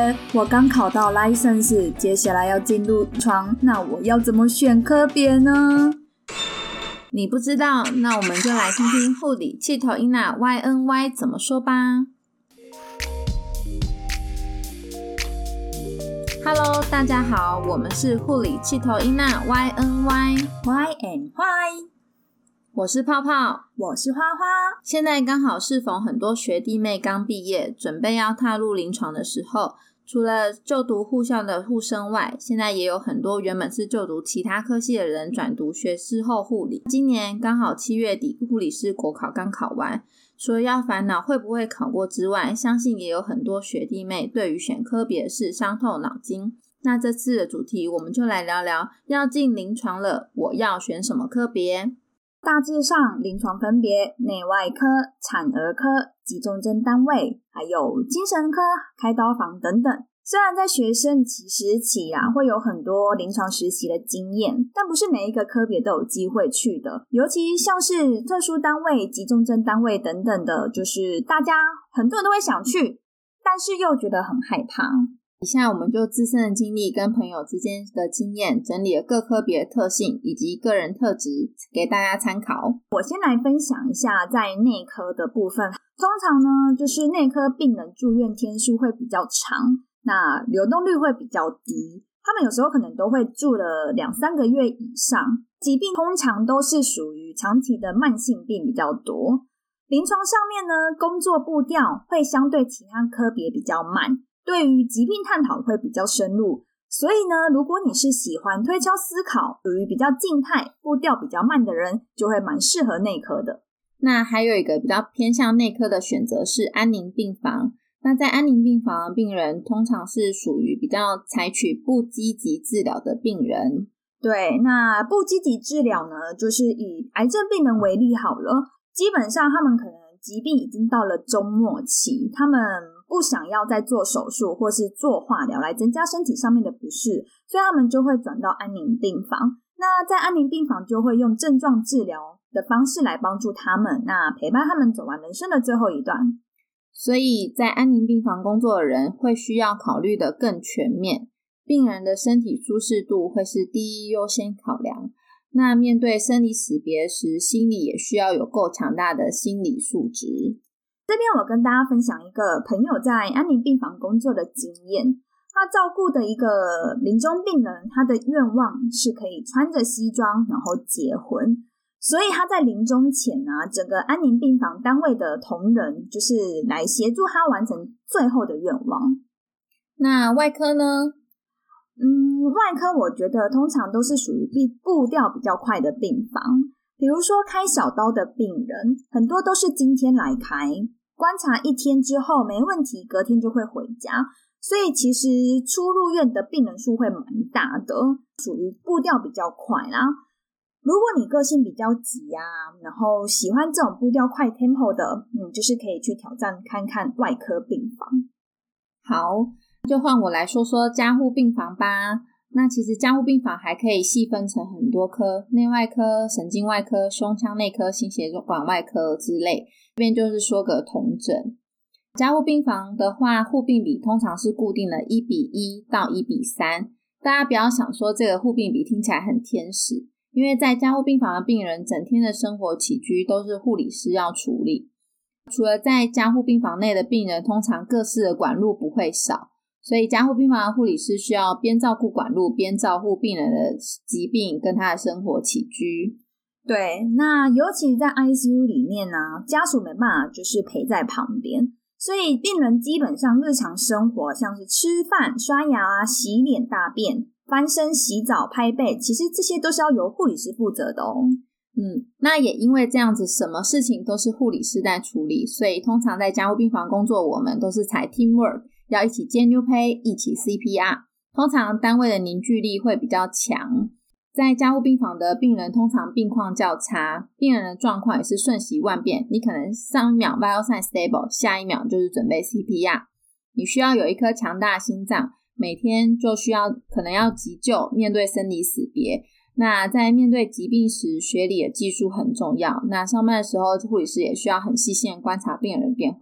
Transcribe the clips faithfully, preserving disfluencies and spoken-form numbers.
学，我刚考到 license， 接下来要进入床，那我要怎么选科别呢？ 你不知道，那我们就来听听护理气头音娜 Y N Y 怎么说吧。Hello， 大家好，我们是护理气头音娜 Y N Y Y and Y， 我是泡泡， 我是花花。 现在刚好适逢很多学弟妹刚毕业，准备要踏入临床的时候，除了就读护校的护生外，现在也有很多原本是就读其他科系的人转读学士后护理。今年刚好七月底护理师国考刚考完，除了要烦恼会不会考过之外，相信也有很多学弟妹对于选科别的事伤透脑筋。那这次的主题我们就来聊聊，要进临床了，我要选什么科别？ 大致上临床分别内外科、产儿科、急重症单位，还有精神科、开刀房等等。虽然在学生起始起啊会有很多临床实习的经验，但不是每一个科别都有机会去的，尤其像是特殊单位、急重症单位等等的，就是大家很多人都会想去，但是又觉得很害怕。 以下我们就自身的经历跟朋友之间的经验，整理了各科别的特性以及个人特质给大家参考。 我先来分享一下在内科的部分。通常呢，就是内科病人住院天数会比较长，那流动率会比较低，他们有时候可能都会住了两三个月以上。疾病通常都是属于长期的慢性病比较多。临床上面呢，工作步调会相对其他科别比较慢，对于疾病探讨会比较深入，所以呢，如果你是喜欢推敲思考，属于比较静态、步调比较慢的人，就会蛮适合内科的。 那还有一个比较偏向内科的选择是安宁病房。那在安宁病房的病人通常是属于比较采取不积极治疗的病人。 对，那不积极治疗呢，就是以癌症病人为例好了，基本上他们可能疾病已经到了中末期，他们不想要再做手术或是做化疗来增加身体上面的不适，所以他们就会转到安宁病房。那在安宁病房就会用症状治疗的方式来帮助他们，那陪伴他们走完人生的最后一段。 所以在安宁病房工作的人会需要考虑的更全面，病人的身体舒适度会是第一优先考量。那面对生离死别时，心理也需要有够强大的心理素质。 这边我跟大家分享一个朋友在安宁病房工作的经验。他照顾的一个临终病人，他的愿望是可以穿着西装然后结婚，所以他在临终前啊，整个安宁病房单位的同仁就是来协助他完成最后的愿望。 那外科呢？ 嗯，外科我觉得通常都是属于步调比较快的病房，比如说开小刀的病人，很多都是今天来开，观察一天之后没问题，隔天就会回家，所以其实出入院的病人数会蛮大的，属于步调比较快啦。如果你个性比较急啊，然后喜欢这种步调快 tempo 的，嗯，就是可以去挑战看看外科病房。 好，就换我来说说加护病房吧。那其实加护病房还可以细分成很多科，内外科、神经外科、胸腔内科、心血管外科之类，这边就是说个统整。加护病房的话，护病比通常是固定的一比一到一比三，大家不要想说这个护病比听起来很天使，因为在加护病房的病人整天的生活起居都是护理师要处理。除了在加护病房内的病人，通常各式的管路不会少，所以加护病房的护理师需要边照顾管路边照顾病人的疾病跟他的生活起居。 对，那尤其在 I C U 里面啊，家属没办法就是陪在旁边，所以病人基本上日常生活像是吃饭、刷牙、洗脸、大便、翻身、洗澡、拍背，其实这些都是要由护理师负责的哦。 嗯，那也因为这样子，什么事情都是护理师在处理，所以通常在加护病房工作，我们都是采 teamwork， 要一起接 new pay， 一起 C P R， 通常单位的凝聚力会比较强。在加护病房的病人通常病况较差，病人的状况也是瞬息万变，你可能上一秒 vital sign stable， 下一秒就是准备 C P R， 你需要有一颗强大的心脏，每天就需要可能要急救，面对生离死别。那在面对疾病时，学理的技术很重要，那上班的时候护理师也需要很细心的观察病人的变化，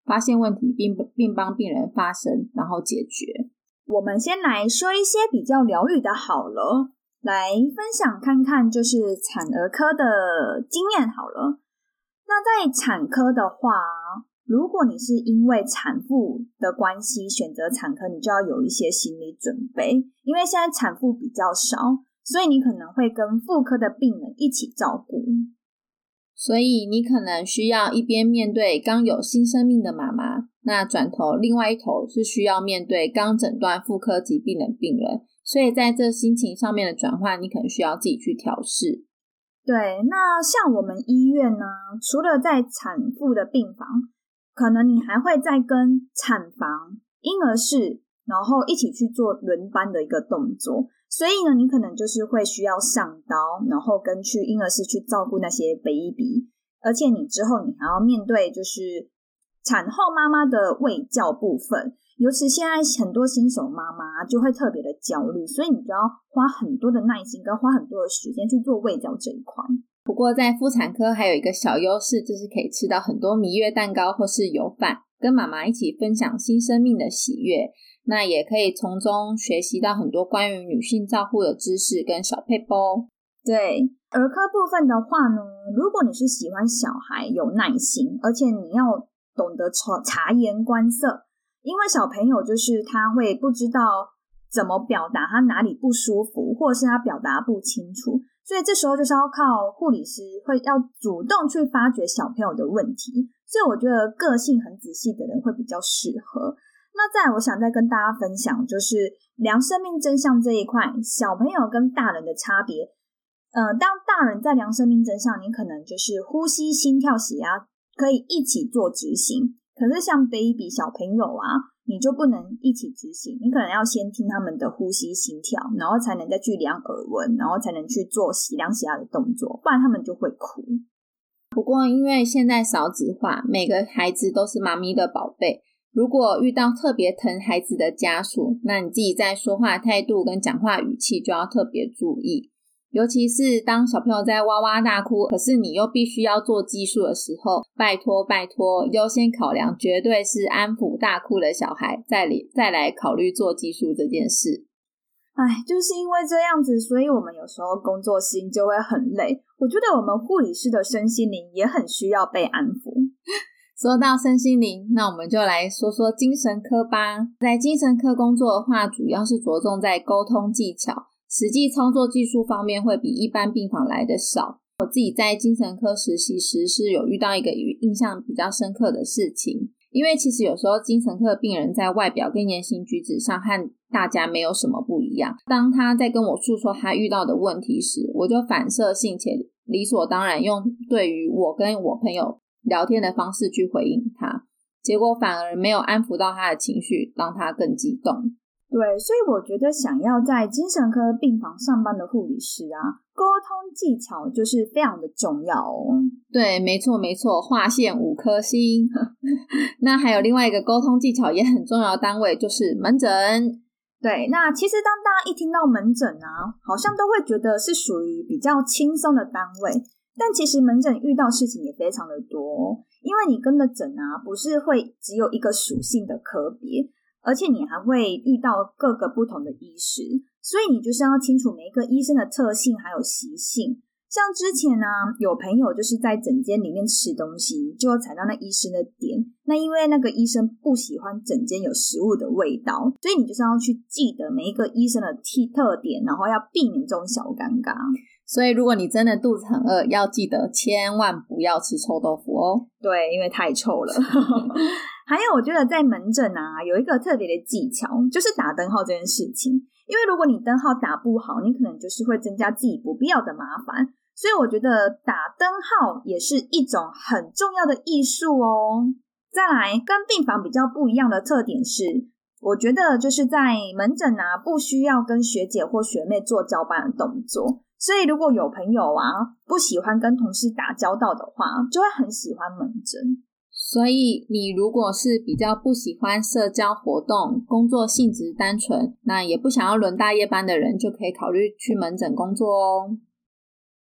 发现问题并并帮病人发声，然后解决。 我们先来说一些比较疗愈的好了，来分享看看就是产儿科的经验好了。那在产科的话，如果你是因为产妇的关系选择产科，你就要有一些心理准备，因为现在产妇比较少，所以你可能会跟妇科的病人一起照顾。 所以你可能需要一边面对刚有新生命的妈妈，那转头另外一头是需要面对刚诊断妇科疾病的病人，所以在这心情上面的转换，你可能需要自己去调试。 对，那像我们医院呢，除了在产妇的病房，可能你还会再跟产房、婴儿室，然后一起去做轮班的一个动作。所以呢，你可能就是会需要上刀，然后跟去婴儿室去照顾那些 baby， 而且你之后你还要面对就是产后妈妈的卫教部分，尤其现在很多新手妈妈就会特别的焦虑，所以你就要花很多的耐心跟花很多的时间去做卫教这一块。 不过在妇产科还有一个小优势，就是可以吃到很多蜜月蛋糕或是油饭，跟妈妈一起分享新生命的喜悦，那也可以从中学习到很多关于女性照护的知识跟小撇步。 对，儿科部分的话呢，如果你是喜欢小孩有耐心，而且你要懂得察言观色，因为小朋友就是他会不知道怎么表达他哪里不舒服，或者是他表达不清楚，所以这时候就是要靠护理师会要主动去发掘小朋友的问题，所以我觉得个性很仔细的人会比较适合。那再来我想再跟大家分享就是量生命真相这一块，小朋友跟大人的差别。呃，当大人在量生命真相，你可能就是呼吸、心跳、血压可以一起做执行，可是像 baby 小朋友啊，你就不能一起执行，你可能要先听他们的呼吸、心跳，然后才能再去量耳温，然后才能去做量血压的动作，不然他们就会哭。 不过因为现在少子化，每个孩子都是妈咪的宝贝，如果遇到特别疼孩子的家属，那你自己在说话态度跟讲话语气就要特别注意，尤其是当小朋友在哇哇大哭，可是你又必须要做技术的时候，拜托拜托，优先考量绝对是安抚大哭的小孩，再再来考虑做技术这件事。 哎，就是因为这样子，所以我们有时候工作心就会很累。我觉得我们护理师的身心灵也很需要被安抚。 说到身心灵，那我们就来说说精神科吧。在精神科工作的话，主要是着重在沟通技巧，实际操作技术方面会比一般病房来的少。我自己在精神科实习时是有遇到一个印象比较深刻的事情，因为其实有时候精神科的病人在外表跟言行举止上和大家没有什么不一样，当他在跟我诉说他遇到的问题时，我就反射性且理所当然用对于我跟我朋友聊天的方式去回应他，结果反而没有安抚到他的情绪，让他更激动。 对，所以我觉得想要在精神科病房上班的护理师啊，沟通技巧就是非常的重要哦。 对，没错没错，划线五颗星。那还有另外一个沟通技巧也很重要的单位就是门诊。 对，那其实当大家一听到门诊啊，好像都会觉得是属于比较轻松的单位，但其实门诊遇到事情也非常的多，因为你跟的诊啊，不是会只有一个属性的科别，而且你还会遇到各个不同的医师，所以你就是要清楚每一个医生的特性还有习性。像之前啊，有朋友就是在诊间里面吃东西，就踩到那医生的点，那因为那个医生不喜欢诊间有食物的味道，所以你就是要去记得每一个医生的特点，然后要避免这种小尴尬。 所以如果你真的肚子很饿，要记得千万不要吃臭豆腐哦。 对，因为太臭了。还有我觉得在门诊啊，有一个特别的技巧，就是打灯号这件事情。因为如果你灯号打不好，你可能就是会增加自己不必要的麻烦，所以我觉得打灯号也是一种很重要的艺术哦。再来，跟病房比较不一样的特点是，我觉得就是在门诊啊，不需要跟学姐或学妹做交班的动作，所以如果有朋友啊不喜欢跟同事打交道的话，就会很喜欢门诊。 所以你如果是比较不喜欢社交活动，工作性质单纯，那也不想要轮大夜班的人，就可以考虑去门诊工作哦。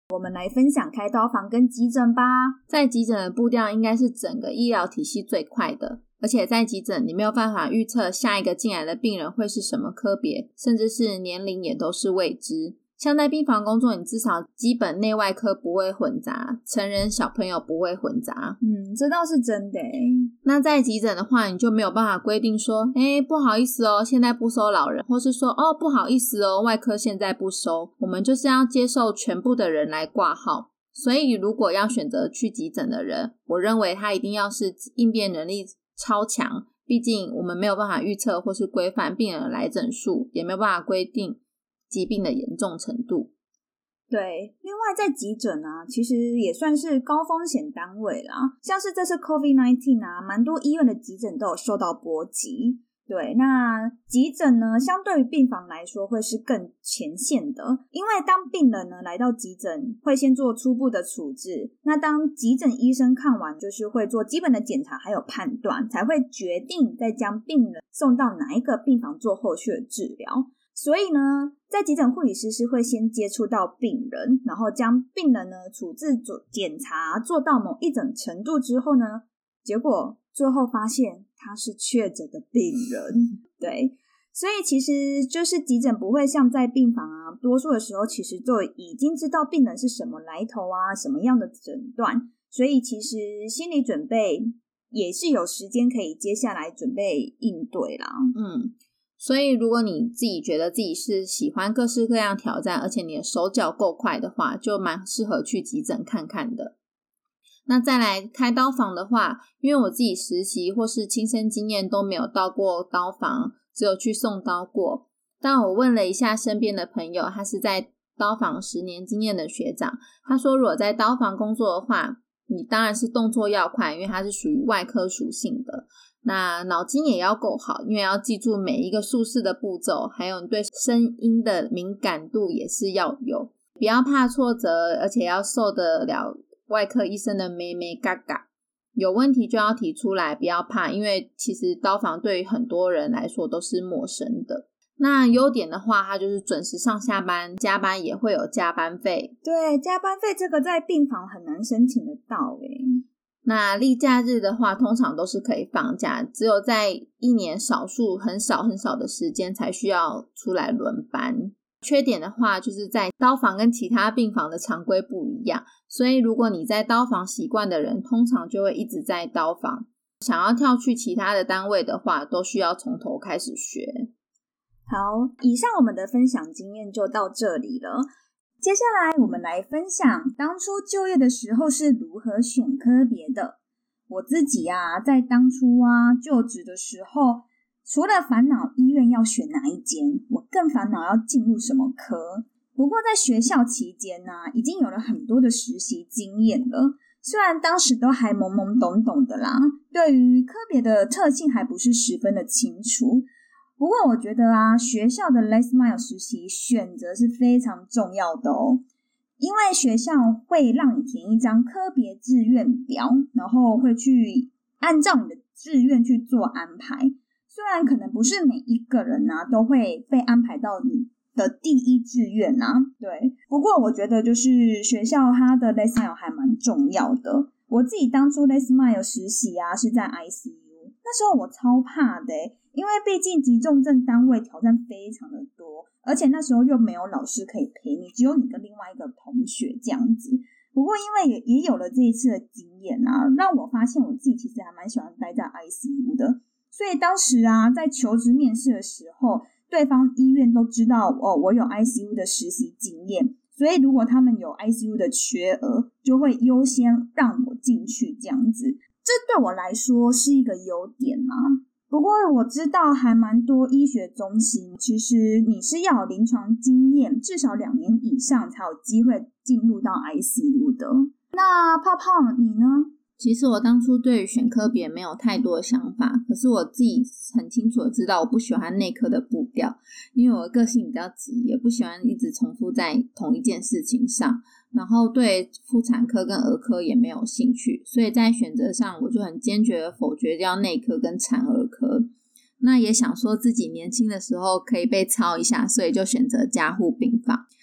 我们来分享开刀房跟急诊吧。 在急诊的步调应该是整个医疗体系最快的，而且在急诊你没有办法预测下一个进来的病人会是什么科别，甚至是年龄也都是未知。像在病房工作，你至少基本内外科不会混杂，成人小朋友不会混杂。 嗯，这倒是真的耶。 那在急诊的话，你就没有办法规定说，诶，不好意思哦，现在不收老人，或是说，哦，不好意思哦，外科现在不收。我们就是要接受全部的人来挂号。所以如果要选择去急诊的人，我认为他一定要是应变能力超强，毕竟我们没有办法预测或是规范病人的来诊数，也没有办法规定疾病的严重程度。 对，另外在急诊啊，其实也算是高风险单位啦，像是这次 COVID 十九 啊，蛮多医院的急诊都有受到波及。对，那急诊呢，相对于病房来说会是更前线的，因为当病人呢来到急诊，会先做初步的处置，那当急诊医生看完，就是会做基本的检查还有判断，才会决定再将病人送到哪一个病房做后续的治疗。所以呢，在急诊护理师是会先接触到病人，然后将病人呢处置做检查做到某一种程度之后呢，结果最后发现他是确诊的病人。对，所以其实就是急诊不会像在病房啊，多数的时候其实就已经知道病人是什么来头啊，什么样的诊断，所以其实心理准备也是有时间可以接下来准备应对啦。 嗯，所以如果你自己觉得自己是喜欢各式各样挑战，而且你的手脚够快的话，就蛮适合去急诊看看的。那再来开刀房的话，因为我自己实习或是亲身经验都没有到过刀房，只有去送刀过。但我问了一下身边的朋友，他是在刀房十年经验的学长，他说如果在刀房工作的话，你当然是动作要快，因为它是属于外科属性的。那脑筋也要够好，因为要记住每一个术式的步骤，还有你对声音的敏感度也是要有，不要怕挫折，而且要受得了外科医生的咩咩嘎嘎，有问题就要提出来，不要怕，因为其实刀房对于很多人来说都是陌生的。那优点的话，它就是准时上下班，加班也会有加班费。 对，加班费这个在病房很难申请得到耶。 那例假日的话，通常都是可以放假，只有在一年少数很少很少的时间才需要出来轮班。缺点的话，就是在刀房跟其他病房的常规不一样，所以如果你在刀房习惯的人，通常就会一直在刀房。想要跳去其他的单位的话，都需要从头开始学。 好，以上我们的分享经验就到这里了。接下来我们来分享当初就业的时候是如何选科别的。我自己啊，在当初啊就职的时候，除了烦恼医院要选哪一间，我更烦恼要进入什么科。不过在学校期间啊，已经有了很多的实习经验了，虽然当时都还懵懵懂懂的啦，对于科别的特性还不是十分的清楚。不过我觉得啊，学校的 Last Mile 实习选择是非常重要的哦，因为学校会让你填一张科别志愿表，然后会去按照你的志愿去做安排。虽然可能不是每一个人啊都会被安排到你的第一志愿啊，对。不过我觉得就是学校它的 Last Mile 还蛮重要的。我自己当初 Last Mile 实习啊是在 I C U， 那时候我超怕的耶，因为毕竟急重症单位挑战非常的多，而且那时候又没有老师可以陪你，只有你跟另外一个同学这样子。不过因为 也, 也有了这一次的经验啊，让我发现我自己其实还蛮喜欢待在 I C U 的。所以当时啊，在求职面试的时候，对方医院都知道哦，我有 I C U 的实习经验，所以如果他们有 I C U 的缺额，就会优先让我进去这样子。这对我来说是一个优点啊。不过我知道还蛮多医学中心，其实你是要有临床经验，至少两年以上才有机会进入到 I C U 的。那泡泡你呢？ 其实我当初对于选科别没有太多的想法，可是我自己很清楚的知道我不喜欢内科的步调，因为我的个性比较急，也不喜欢一直重复在同一件事情上，然后对妇产科跟儿科也没有兴趣，所以在选择上我就很坚决的否决掉内科跟产儿科。那也想说自己年轻的时候可以被操一下，所以就选择加护病房。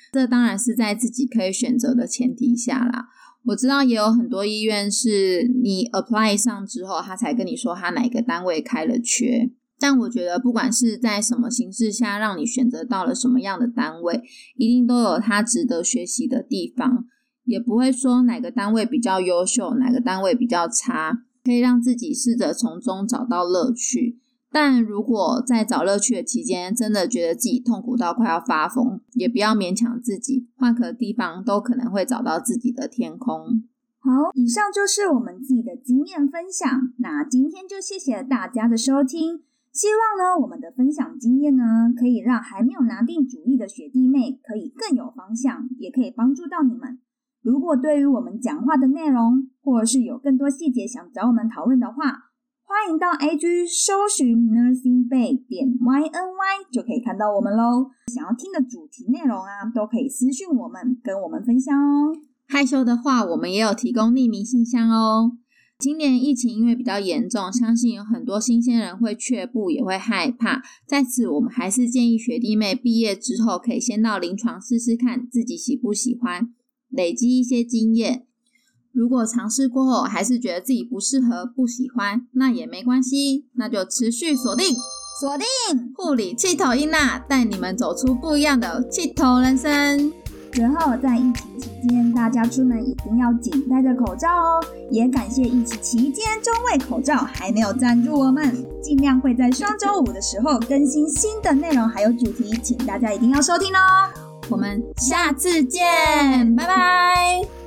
这当然是在自己可以选择的前提下啦。我知道也有很多医院是你 apply 上之后他才跟你说他哪个单位开了缺，但我觉得不管是在什么形式下让你选择到了什么样的单位，一定都有它值得学习的地方，也不会说哪个单位比较优秀，哪个单位比较差，可以让自己试着从中找到乐趣。但如果在找乐趣的期间真的觉得自己痛苦到快要发疯，也不要勉强自己，换个地方都可能会找到自己的天空。 好，以上就是我们自己的经验分享，那今天就谢谢大家的收听，希望呢我们的分享经验呢可以让还没有拿定主意的学弟妹可以更有方向，也可以帮助到你们。如果对于我们讲话的内容或者是有更多细节想找我们讨论的话，欢迎到 I G 搜寻 Nursing Bay 点 Y N Y 就可以看到我们咯。想要听的主题内容啊都可以私讯我们跟我们分享哦。 害羞的话我们也有提供匿名信箱哦。今年疫情因为比较严重，相信有很多新鲜人会却步也会害怕，在此我们还是建议学弟妹毕业之后可以先到临床试试看自己喜不喜欢，累积一些经验。如果尝试过后还是觉得自己不适合不喜欢，那也没关系，那就持续锁定锁定护理气头音娜，带你们走出不一样的气头人生。 最后在疫情期间大家出门一定要紧戴着口罩哦，也感谢疫情期间中卫口罩还没有赞助我们，尽量会在双周五的时候更新新的内容还有主题，请大家一定要收听哦。 我们下次见，拜拜。